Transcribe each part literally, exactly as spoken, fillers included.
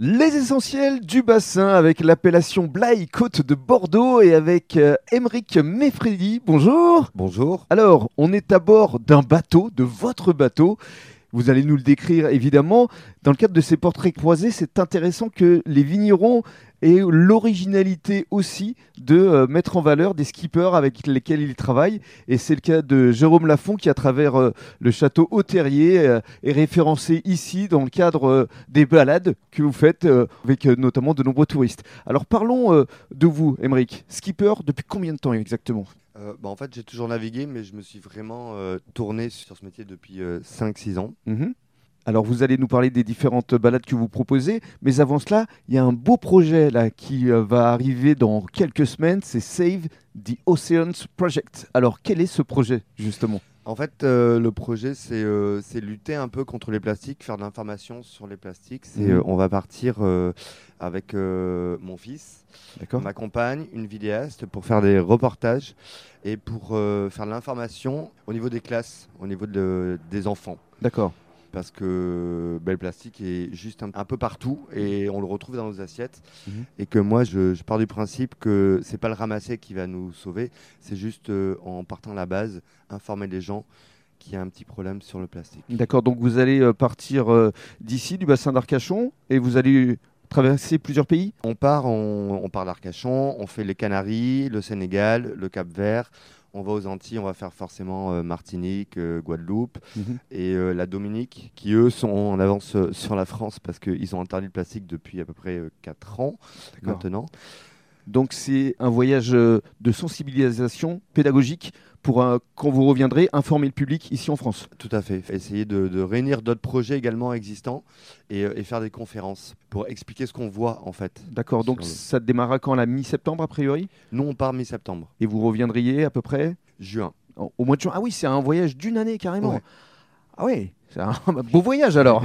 Les essentiels du bassin avec l'appellation Blaye Côte de Bordeaux et avec euh, Aymeric Meffredi. Bonjour. Bonjour. Alors, on est à bord d'un bateau, de votre bateau. Vous allez nous le décrire évidemment. Dans le cadre de ces portraits croisés, c'est intéressant que les vignerons aient l'originalité aussi de euh, mettre en valeur des skippers avec lesquels ils travaillent. Et c'est le cas de Jérôme Lafont qui, à travers euh, le château Haut-Terrier, euh, est référencé ici dans le cadre euh, des balades que vous faites euh, avec euh, notamment de nombreux touristes. Alors parlons euh, de vous, Aymeric. Skipper, depuis combien de temps exactement ? Euh, bah, en fait, j'ai toujours navigué, mais je me suis vraiment euh, tourné sur ce métier depuis euh, cinq six ans. Mmh. Alors vous allez nous parler des différentes balades que vous proposez, mais avant cela, il y a un beau projet là qui euh, va arriver dans quelques semaines, c'est Save the Oceans Project. Alors quel est ce projet justement ? En fait, euh, le projet, c'est euh, c'est lutter un peu contre les plastiques, faire de l'information sur les plastiques. C'est, Mhm. euh, on va partir euh, avec euh, mon fils, D'accord. ma compagne, une vidéaste, pour faire des reportages et pour euh, faire de l'information au niveau des classes, au niveau de- des enfants. D'accord. Parce que ben, le plastique est juste un, un peu partout et on le retrouve dans nos assiettes. Mhm. Et que moi, je, je pars du principe que c'est pas le ramasser qui va nous sauver, c'est juste euh, en partant de la base, informer les gens qu'il y a un petit problème sur le plastique. D'accord, donc vous allez euh, partir euh, d'ici, du bassin d'Arcachon, et vous allez traverser plusieurs pays ? On part, on, on part d'Arcachon, on fait les Canaries, le Sénégal, le Cap-Vert. On va aux Antilles, on va faire forcément euh, Martinique, euh, Guadeloupe Mhm. et euh, la Dominique, qui eux sont en avance euh, sur la France parce qu'ils ont interdit le plastique depuis à peu près euh, quatre ans D'accord. maintenant. Donc c'est un voyage euh, de sensibilisation pédagogique pour, euh, quand vous reviendrez, informer le public ici en France. Tout à fait. Essayer de, de réunir d'autres projets également existants et, euh, et faire des conférences pour expliquer ce qu'on voit en fait. D'accord, donc Sur le- ça démarrera quand, la mi-septembre a priori ? Nous, on part mi-septembre, Et vous reviendriez à peu près juin. au au mois de juin. Ah oui, c'est un voyage d'une année carrément. Ouais. Ah oui, c'est un beau voyage alors.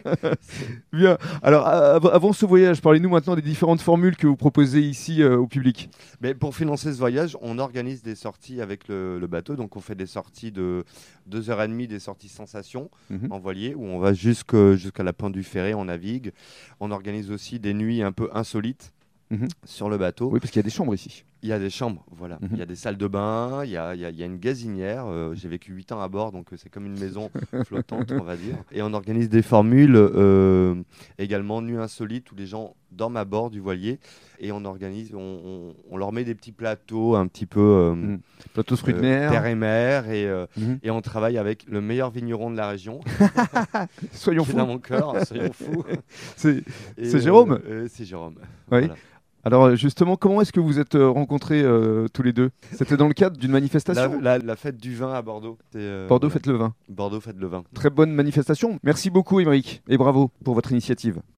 Bien. Alors a- av- avant ce voyage, parlez-nous maintenant des différentes formules que vous proposez ici euh, au public. Mais pour financer ce voyage, on organise des sorties avec le, le bateau. Donc, on fait des sorties de deux heures trente, des sorties sensations Mhm. en voilier, où on va jusque- jusqu'à la pointe du Ferré, on navigue. On organise aussi des nuits un peu insolites Mhm. sur le bateau. Oui, parce qu'il y a des chambres ici. Il y a des chambres, voilà. Mhm. Il y a des salles de bain, il y a, il y a- il y a une gazinière. Euh, j'ai vécu huit ans à bord, donc euh, c'est comme une maison flottante, on va dire. Et on organise des formules euh, également nuits insolites où les gens dorment à bord du voilier et on organise, on, on- on leur met des petits plateaux un petit peu euh, Mhm. Plateau de fruits de euh, mer. terre et mer et, euh, Mhm. et on travaille avec le meilleur vigneron de la région. Soyons qui est fous. dans mon cœur, soyons fous. C'est- Et, C'est Jérôme euh, C'est Jérôme. Oui. Voilà. Alors euh, justement, comment est-ce que vous êtes euh, rencontrés euh, tous les deux ? C'était dans le cadre d'une La, manifestation ? la- la fête du vin à Bordeaux. C'est, euh, Bordeaux, voilà. faites le vin. Bordeaux, fête le vin. Très bonne manifestation. Merci beaucoup, Aymeric, et bravo pour votre initiative.